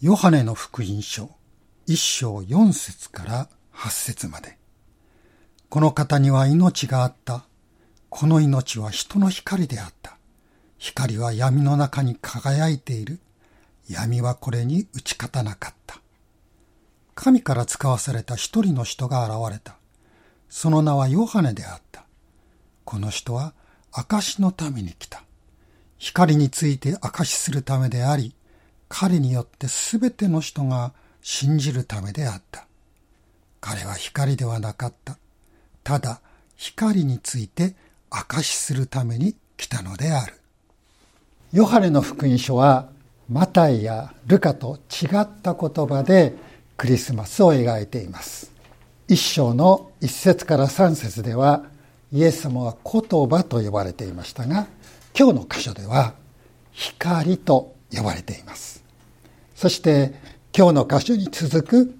ヨハネの福音書1章4節から8節まで。この方には命があった。この命は人の光であった。光は闇の中に輝いている。闇はこれに打ち勝たなかった。神から使わされた一人の人が現れた。その名はヨハネであった。この人は証しのために来た。光について証しするためであり、彼によってすべての人が信じるためであった。彼は光ではなかった。ただ光について証しするために来たのである。ヨハネの福音書はマタイやルカと違った言葉でクリスマスを描いています。一章の1節から3節ではイエス様は言葉と呼ばれていましたが、今日の箇所では光と呼ばれています。そして今日の箇所に続く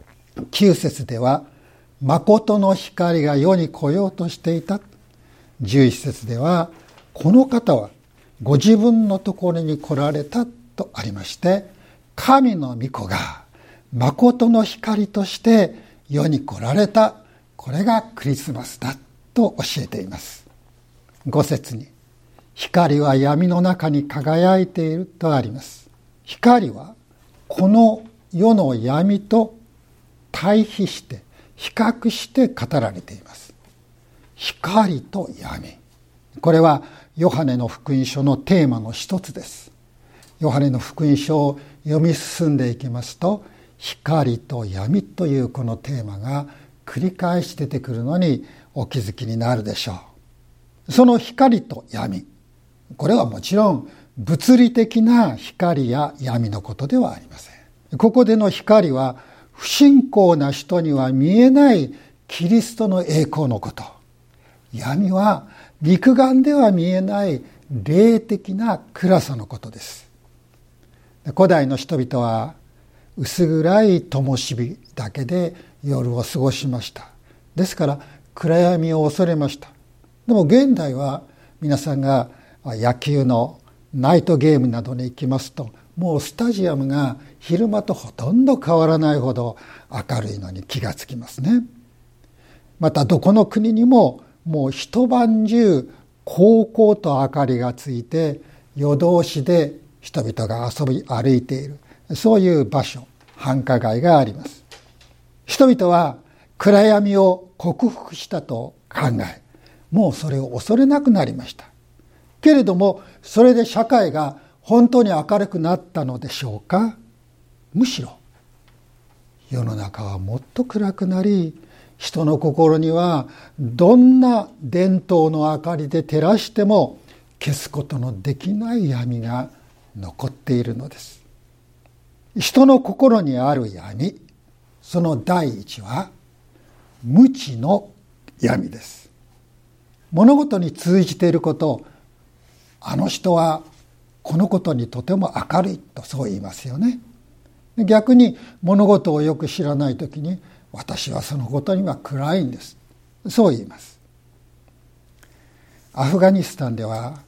9節では誠の光が世に来ようとしていた。11節ではこの方はご自分のところに来られたとありまして、神の御子が誠の光として世に来られた。これがクリスマスだと教えています。5節に光は闇の中に輝いているとあります。光はこの世の闇と対比して比較して語られています。光と闇、これはヨハネの福音書のテーマの一つです。ヨハネの福音書を読み進んでいきますと、光と闇というこのテーマが繰り返し出てくるのにお気づきになるでしょう。その光と闇、これはもちろん物理的な光や闇のことではありません。ここでの光は不信仰な人には見えないキリストの栄光のこと。闇は肉眼では見えない霊的な暗さのことです。古代の人々は薄暗い灯火だけで夜を過ごしました。ですから暗闇を恐れました。でも現代は皆さんが野球のナイトゲームなどに行きますと、もうスタジアムが昼間とほとんど変わらないほど明るいのに気がつきますね。またどこの国にももう一晩中こうこうと明かりがついて夜通しで人々が遊び歩いている、そういう場所、繁華街があります。人々は暗闇を克服したと考え、もうそれを恐れなくなりました。けれどもそれで社会が本当に明るくなったのでしょうか。むしろ世の中はもっと暗くなり、人の心にはどんな電灯の明かりで照らしても消すことのできない闇が残っているのです。人の心にある闇、その第一は無知の闇です。物事に通じていること、あの人はこのことにとても明るいとそう言いますよね。逆に物事をよく知らないときに、私はそのことには暗いんです、そう言います。アフガニスタンでは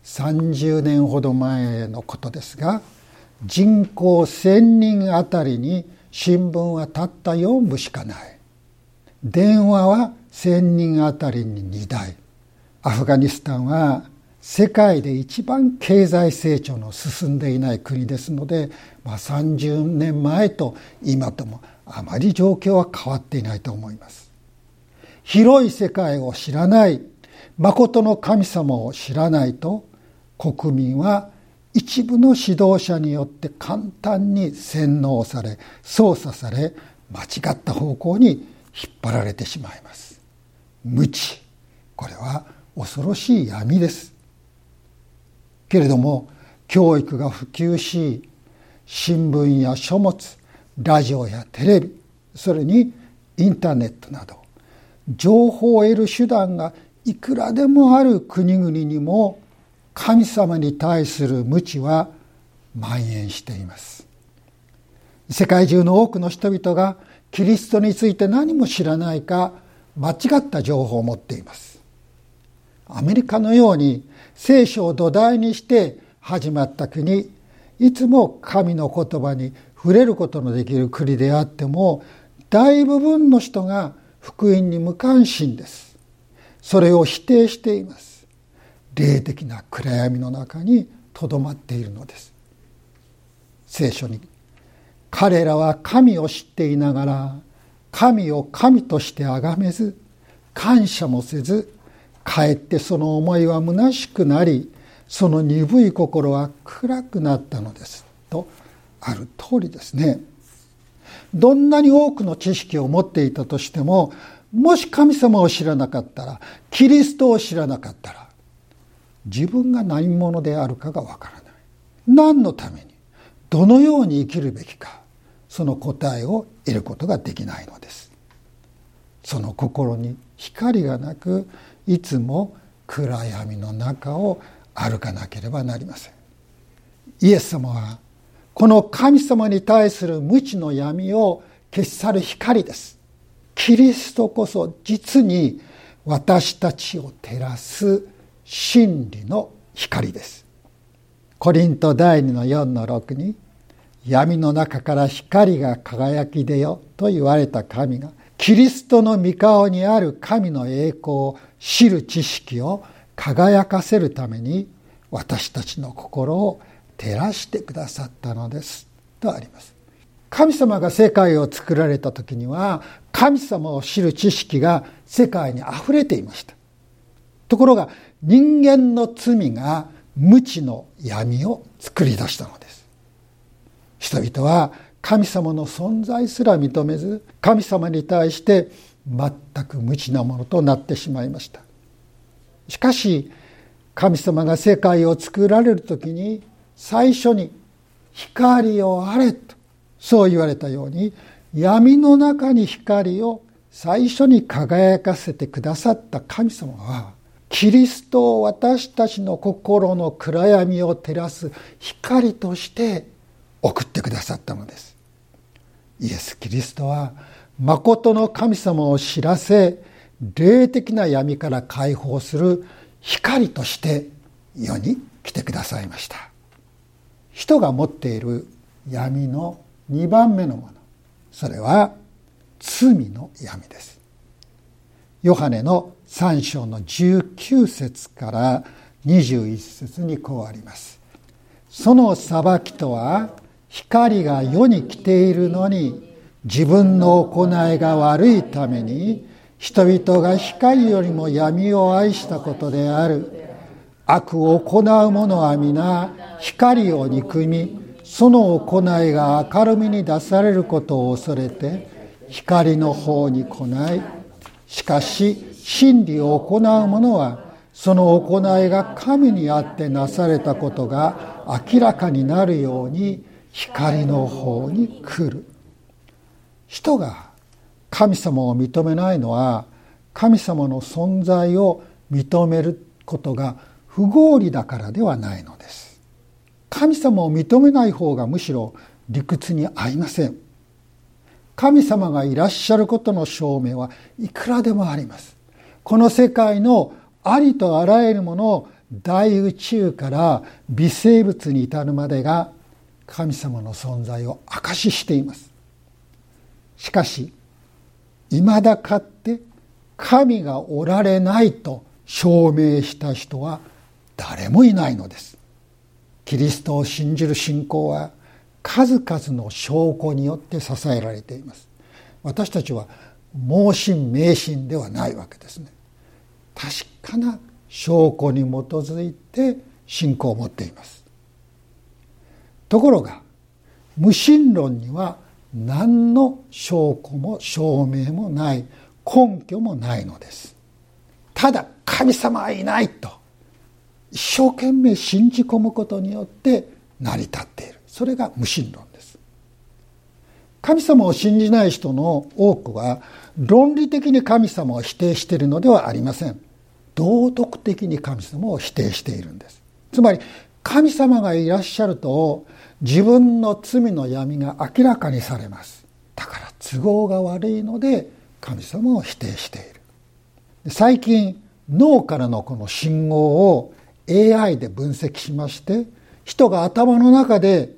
30年ほど前のことですが、人口1000人あたりに新聞はたった4部しかない。電話は1000人あたりに2台。アフガニスタンは世界で一番経済成長の進んでいない国ですので、30年前と今ともあまり状況は変わっていないと思います。広い世界を知らない、誠の神様を知らないと、国民は一部の指導者によって簡単に洗脳され、操作され、間違った方向に引っ張られてしまいます。無知、これは恐ろしい闇です。けれども教育が普及し、新聞や書物、ラジオやテレビ、それにインターネットなど情報を得る手段がいくらでもある国々にも、神様に対する無知は蔓延しています。世界中の多くの人々がキリストについて何も知らないか、間違った情報を持っています。アメリカのように聖書を土台にして始まった国、いつも神の言葉に触れることのできる国であっても、大部分の人が福音に無関心です。それを否定しています。霊的な暗闇の中にとどまっているのです。聖書に、彼らは神を知っていながら、神を神として崇めず、感謝もせず、かえってその思いは虚しくなり、その鈍い心は暗くなったのです。とある通りですね。どんなに多くの知識を持っていたとしても、もし神様を知らなかったら、キリストを知らなかったら、自分が何者であるかがわからない。何のために、どのように生きるべきか、その答えを得ることができないのです。その心に光がなく、いつも暗闇の中を歩かなければなりません。イエス様はこの神様に対する無知の闇を消し去る光です。キリストこそ実に私たちを照らす真理の光です。コリント第2の4の6に、闇の中から光が輝き出よと言われた神が、キリストの御顔にある神の栄光を知る知識を輝かせるために、私たちの心を照らしてくださったのですとあります。神様が世界を作られた時には、神様を知る知識が世界にあふれていました。ところが人間の罪が無知の闇を作り出したのです。人々は神様の存在すら認めず、神様に対して全く無知なものとなってしまいました。しかし神様が世界を作られるときに、最初に光をあれとそう言われたように、闇の中に光を最初に輝かせてくださった神様は、キリストを私たちの心の暗闇を照らす光として送ってくださったのです。イエス・キリストは誠の神様を知らせ、霊的な闇から解放する光として世に来てくださいました。人が持っている闇の2番目のもの、それは罪の闇です。ヨハネの3章の19節から21節にこうあります。その裁きとは、光が世に来ているのに自分の行いが悪いために、人々が光よりも闇を愛したことである。悪を行う者は皆光を憎み、その行いが明るみに出されることを恐れて光の方に来ない。しかし真理を行う者は、その行いが神にあってなされたことが明らかになるように光の方に来る。人が神様を認めないのは、神様の存在を認めることが不合理だからではないのです。神様を認めない方がむしろ理屈に合いません。神様がいらっしゃることの証明はいくらでもあります。この世界のありとあらゆるものを、大宇宙から微生物に至るまでが神様の存在を証ししています。しかし未だかって神がおられないと証明した人は誰もいないのです。キリストを信じる信仰は数々の証拠によって支えられています。私たちは盲信迷信ではないわけですね。確かな証拠に基づいて信仰を持っています。ところが無神論には何の証拠も証明もない、根拠もないのです。ただ神様はいないと一生懸命信じ込むことによって成り立っている。それが無神論です。神様を信じない人の多くは論理的に神様を否定しているのではありません。道徳的に神様を否定しているんです。つまり神様がいらっしゃると自分の罪の闇が明らかにされます。だから都合が悪いので神様を否定している。最近脳からのこの信号を AI で分析しまして、人が頭の中で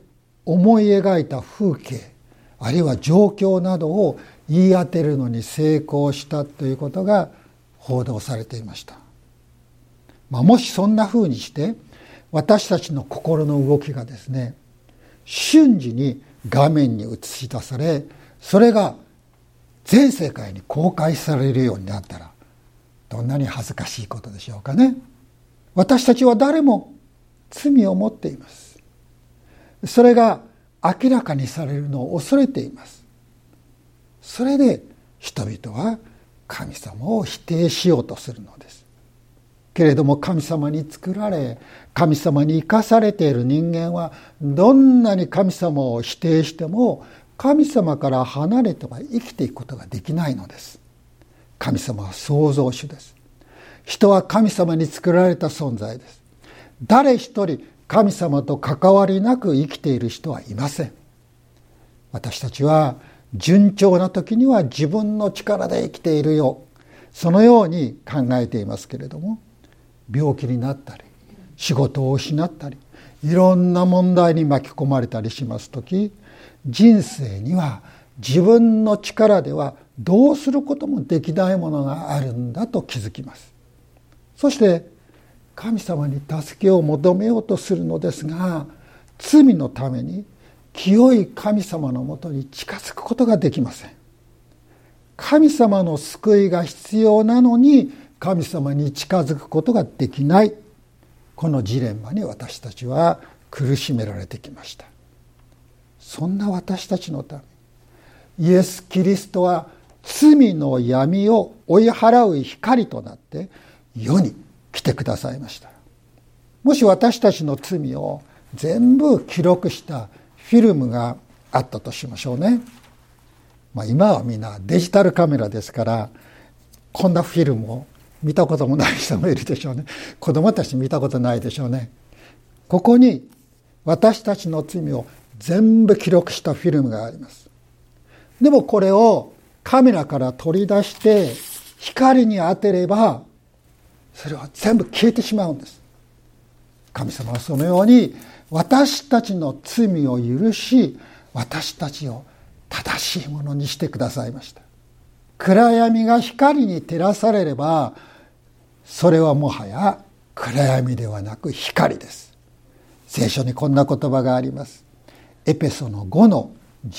思い描いた風景、あるいは状況などを言い当てるのに成功したということが報道されていました。もしそんな風にして私たちの心の動きがですね、瞬時に画面に映し出され、それが全世界に公開されるようになったら、どんなに恥ずかしいことでしょうかね。私たちは誰も罪を持っています。それが明らかにされるのを恐れています。それで人々は神様を否定しようとするのです。けれども神様に作られ、神様に生かされている人間は、どんなに神様を否定しても神様から離れては生きていくことができないのです。神様は創造主です。人は神様に作られた存在です。誰一人神様と関わりなく生きている人はいません。私たちは順調な時には自分の力で生きているよ、そのように考えていますけれども、病気になったり仕事を失ったりいろんな問題に巻き込まれたりしますとき、人生には自分の力ではどうすることもできないものがあるんだと気づきます。そして神様に助けを求めようとするのですが、罪のために清い神様のもとに近づくことができません。神様の救いが必要なのに神様に近づくことができない、このジレンマに私たちは苦しめられてきました。そんな私たちのため、イエス・キリストは罪の闇を追い払う光となって世に来てくださいました。もし私たちの罪を全部記録したフィルムがあったとしましょうね。今はみんなデジタルカメラですから、こんなフィルムを見たこともない人もいるでしょうね。子供たち見たことないでしょうね。ここに私たちの罪を全部記録したフィルムがあります。でもこれをカメラから取り出して光に当てれば、それは全部消えてしまうんです。神様はそのように私たちの罪を許し、私たちを正しいものにしてくださいました。暗闇が光に照らされれば、それはもはや暗闇ではなく光です。聖書にこんな言葉があります。エペソの5の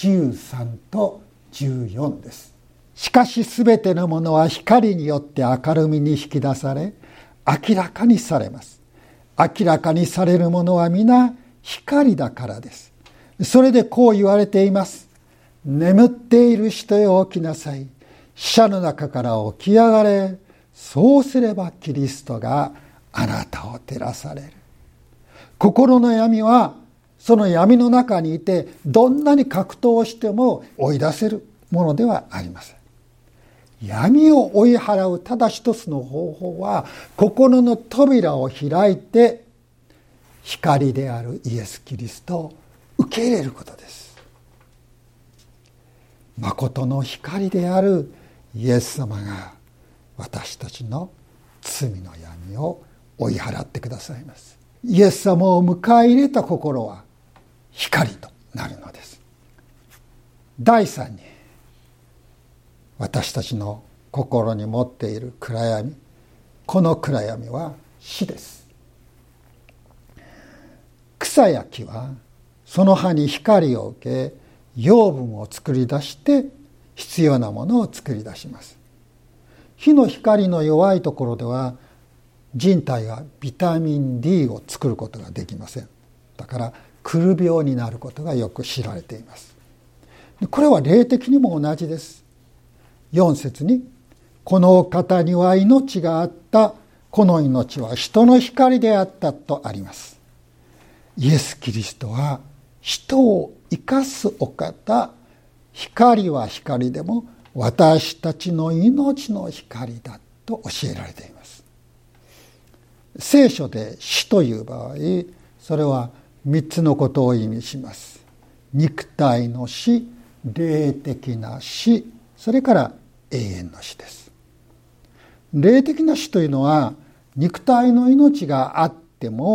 13と14です。しかしすべてのものは光によって明るみに引き出され、明らかにされます。明らかにされるものは皆光だからです。それでこう言われています。眠っている人よ起きなさい。死者の中から起き上がれ。そうすればキリストがあなたを照らされる。心の闇はその闇の中にいて、どんなに格闘しても追い出せるものではありません。闇を追い払うただ一つの方法は、心の扉を開いて光であるイエス・キリストを受け入れることです。誠の光であるイエス様が私たちの罪の闇を追い払ってくださいます。イエス様を迎え入れた心は光となるのです。第三に、私たちの心に持っている暗闇、この暗闇は死です。草や木はその葉に光を受け、養分を作り出して必要なものを作り出します。火の光の弱いところでは人体がビタミン D を作ることができません。だからくる病になることがよく知られています。これは霊的にも同じです。4節に、このお方には命があった。この命は人の光であったとあります。イエス・キリストは人を生かすお方。光は光でも私たちの命の光だと教えられています。聖書で死という場合、それは3つのことを意味します。肉体の死、霊的な死、それから永遠の死です。霊的な死というのは、肉体の命があっても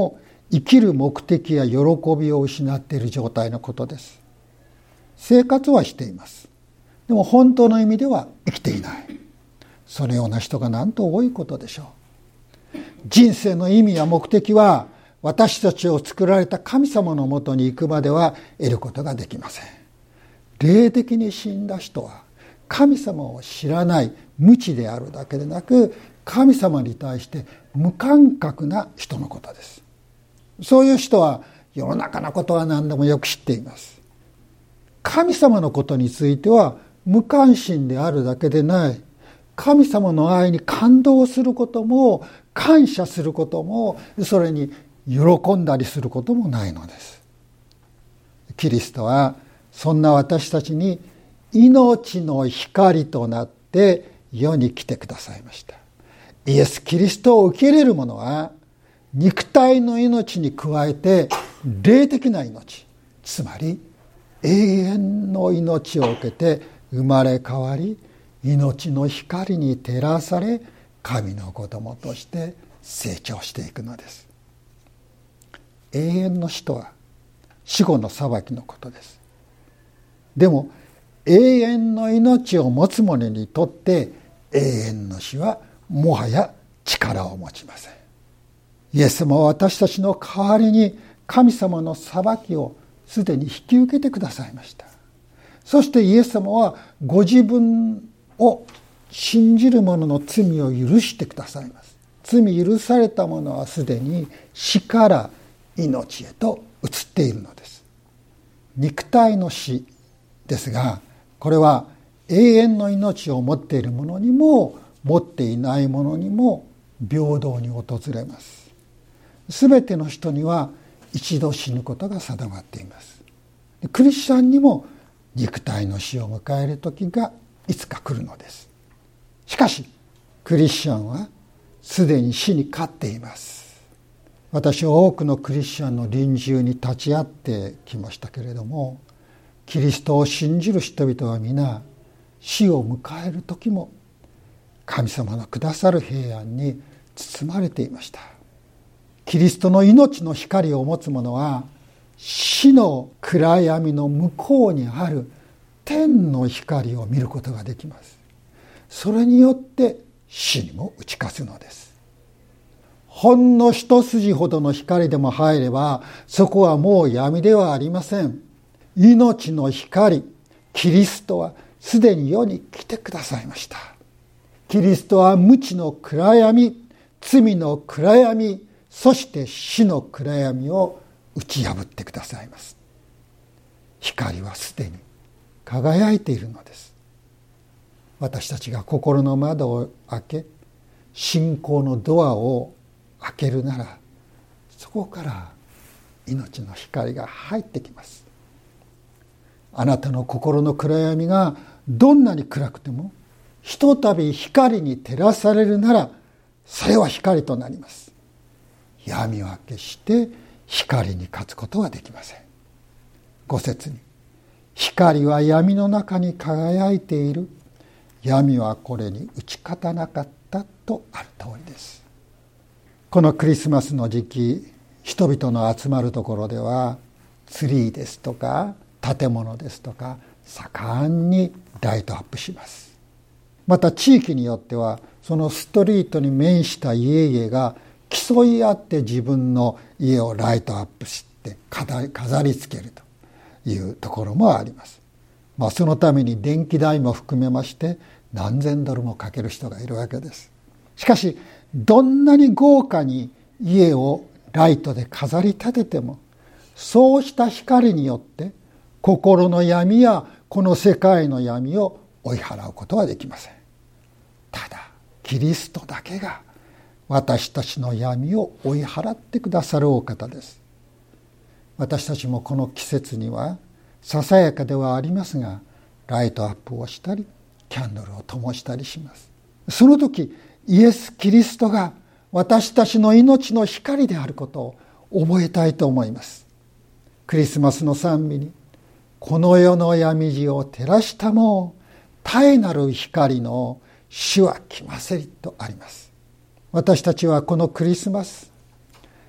生きる目的や喜びを失っている状態のことです。生活はしています。でも本当の意味では生きていない。そのような人がなんと多いことでしょう。人生の意味や目的は私たちを作られた神様のもとに行くまでは得ることができません。霊的に死んだ人は神様を知らない無知であるだけでなく、神様に対して無感覚な人のことです。そういう人は世の中のことは何でもよく知っています。神様のことについては無関心であるだけでない、神様の愛に感動することも感謝することも、それに喜んだりすることもないのです。キリストはそんな私たちに命の光となって世に来てくださいました。イエス・キリストを受け入れる者は肉体の命に加えて霊的な命、つまり永遠の命を受けて生まれ変わり、命の光に照らされ、神の子供として成長していくのです。永遠の死とは死後の裁きのことです。でも永遠の命を持つ者にとって永遠の死はもはや力を持ちません。イエス様は私たちの代わりに神様の裁きをすでに引き受けてくださいました。そしてイエス様はご自分を信じる者の罪を許してくださいます。罪許された者はすでに死から命へと移っているのです。肉体の死ですが、これは永遠の命を持っている者にも持っていない者にも平等に訪れます。すべての人には一度死ぬことが定まっています。クリスチャンにも肉体の死を迎える時がいつか来るのです。しかしクリスチャンはすでに死に勝っています。私は多くのクリスチャンの臨終に立ち会ってきましたけれども、キリストを信じる人々は皆死を迎える時も神様のくださる平安に包まれていました。キリストの命の光を持つ者は死の暗闇の向こうにある天の光を見ることができます。それによって死にも打ち勝つのです。ほんの一筋ほどの光でも入れば、そこはもう闇ではありません。命の光、キリストはすでに世に来てくださいました。キリストは無知の暗闇、罪の暗闇、そして死の暗闇を打ち破ってくださいます。光はすでに輝いているのです。私たちが心の窓を開け、信仰のドアを開けるなら、そこから命の光が入ってきます。あなたの心の暗闇がどんなに暗くても、ひとたび光に照らされるなら、それは光となります。闇は決して光に勝つことはできません。5節に、光は闇の中に輝いている。闇はこれに打ち勝たなかったとある通りです。このクリスマスの時期、人々の集まるところではツリーですとか建物ですとか盛んにライトアップします。また地域によってはそのストリートに面した家々が競い合って自分の家をライトアップして飾り付けるというところもあります。そのために電気代も含めまして何千ドルもかける人がいるわけです。しかしどんなに豪華に家をライトで飾り立てても、そうした光によって心の闇やこの世界の闇を追い払うことはできません。ただキリストだけが私たちの闇を追い払ってくださるお方です。私たちもこの季節にはささやかではありますが、ライトアップをしたりキャンドルを灯したりします。その時イエス・キリストが私たちの命の光であることを覚えたいと思います。クリスマスの賛美に、この世の闇路を照らしたも絶えなる光の主は来ませりとあります。私たちはこのクリスマス、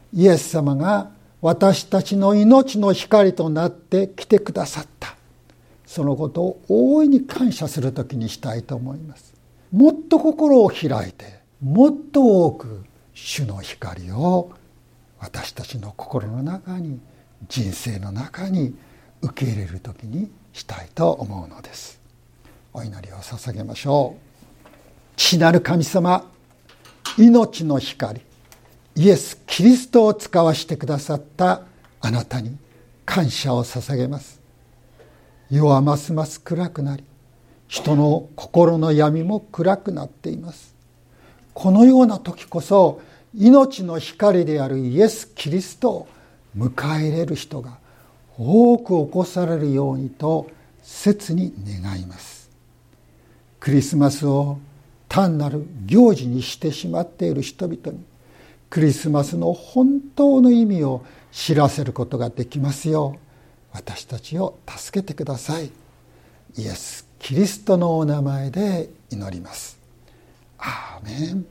イエス様が私たちの命の光となって来てくださった。そのことを大いに感謝する時にしたいと思います。もっと心を開いて、もっと多く主の光を私たちの心の中に、人生の中に受け入れる時にしたいと思うのです。お祈りを捧げましょう。父なる神様、命の光、イエス・キリストを使わしてくださったあなたに感謝を捧げます。世はますます暗くなり、人の心の闇も暗くなっています。このような時こそ、命の光であるイエス・キリストを迎え入れる人が多く起こされるようにと切に願います。クリスマスを単なる行事にしてしまっている人々に、クリスマスの本当の意味を知らせることができますよう、私たちを助けてください。イエス・キリストのお名前で祈ります。アーメン。